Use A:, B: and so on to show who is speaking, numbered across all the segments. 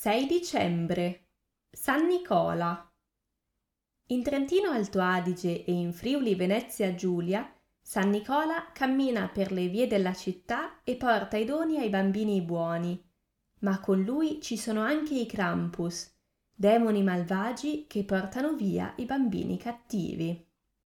A: 6 dicembre. San Nicola. In Trentino Alto Adige e in Friuli Venezia Giulia, San Nicola cammina per le vie della città e porta i doni ai bambini buoni. Ma con lui ci sono anche i Krampus, demoni malvagi che portano via i bambini cattivi.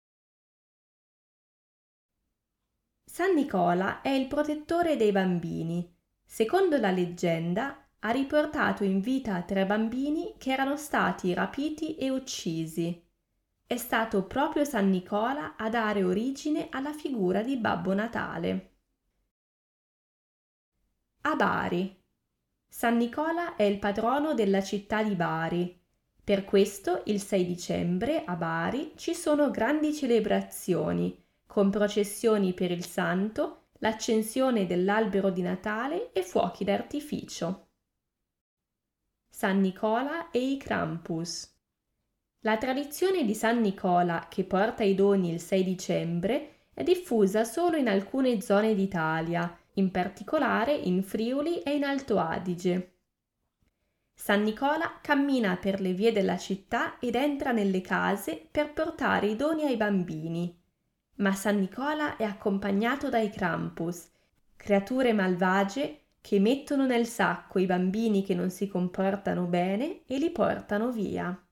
A: San Nicola è il protettore dei bambini. Secondo la leggenda, ha riportato in vita 3 bambini che erano stati rapiti e uccisi. È stato proprio San Nicola a dare origine alla figura di Babbo Natale. A Bari. San Nicola è il patrono della città di Bari. Per questo il 6 dicembre a Bari ci sono grandi celebrazioni, con processioni per il santo, l'accensione dell'albero di Natale e fuochi d'artificio. San Nicola e i Krampus. La tradizione di San Nicola che porta i doni il 6 dicembre è diffusa solo in alcune zone d'Italia, in particolare in Friuli e in Alto Adige. San Nicola cammina per le vie della città ed entra nelle case per portare i doni ai bambini. Ma San Nicola è accompagnato dai Krampus, creature malvagie che mettono nel sacco i bambini che non si comportano bene e li portano via.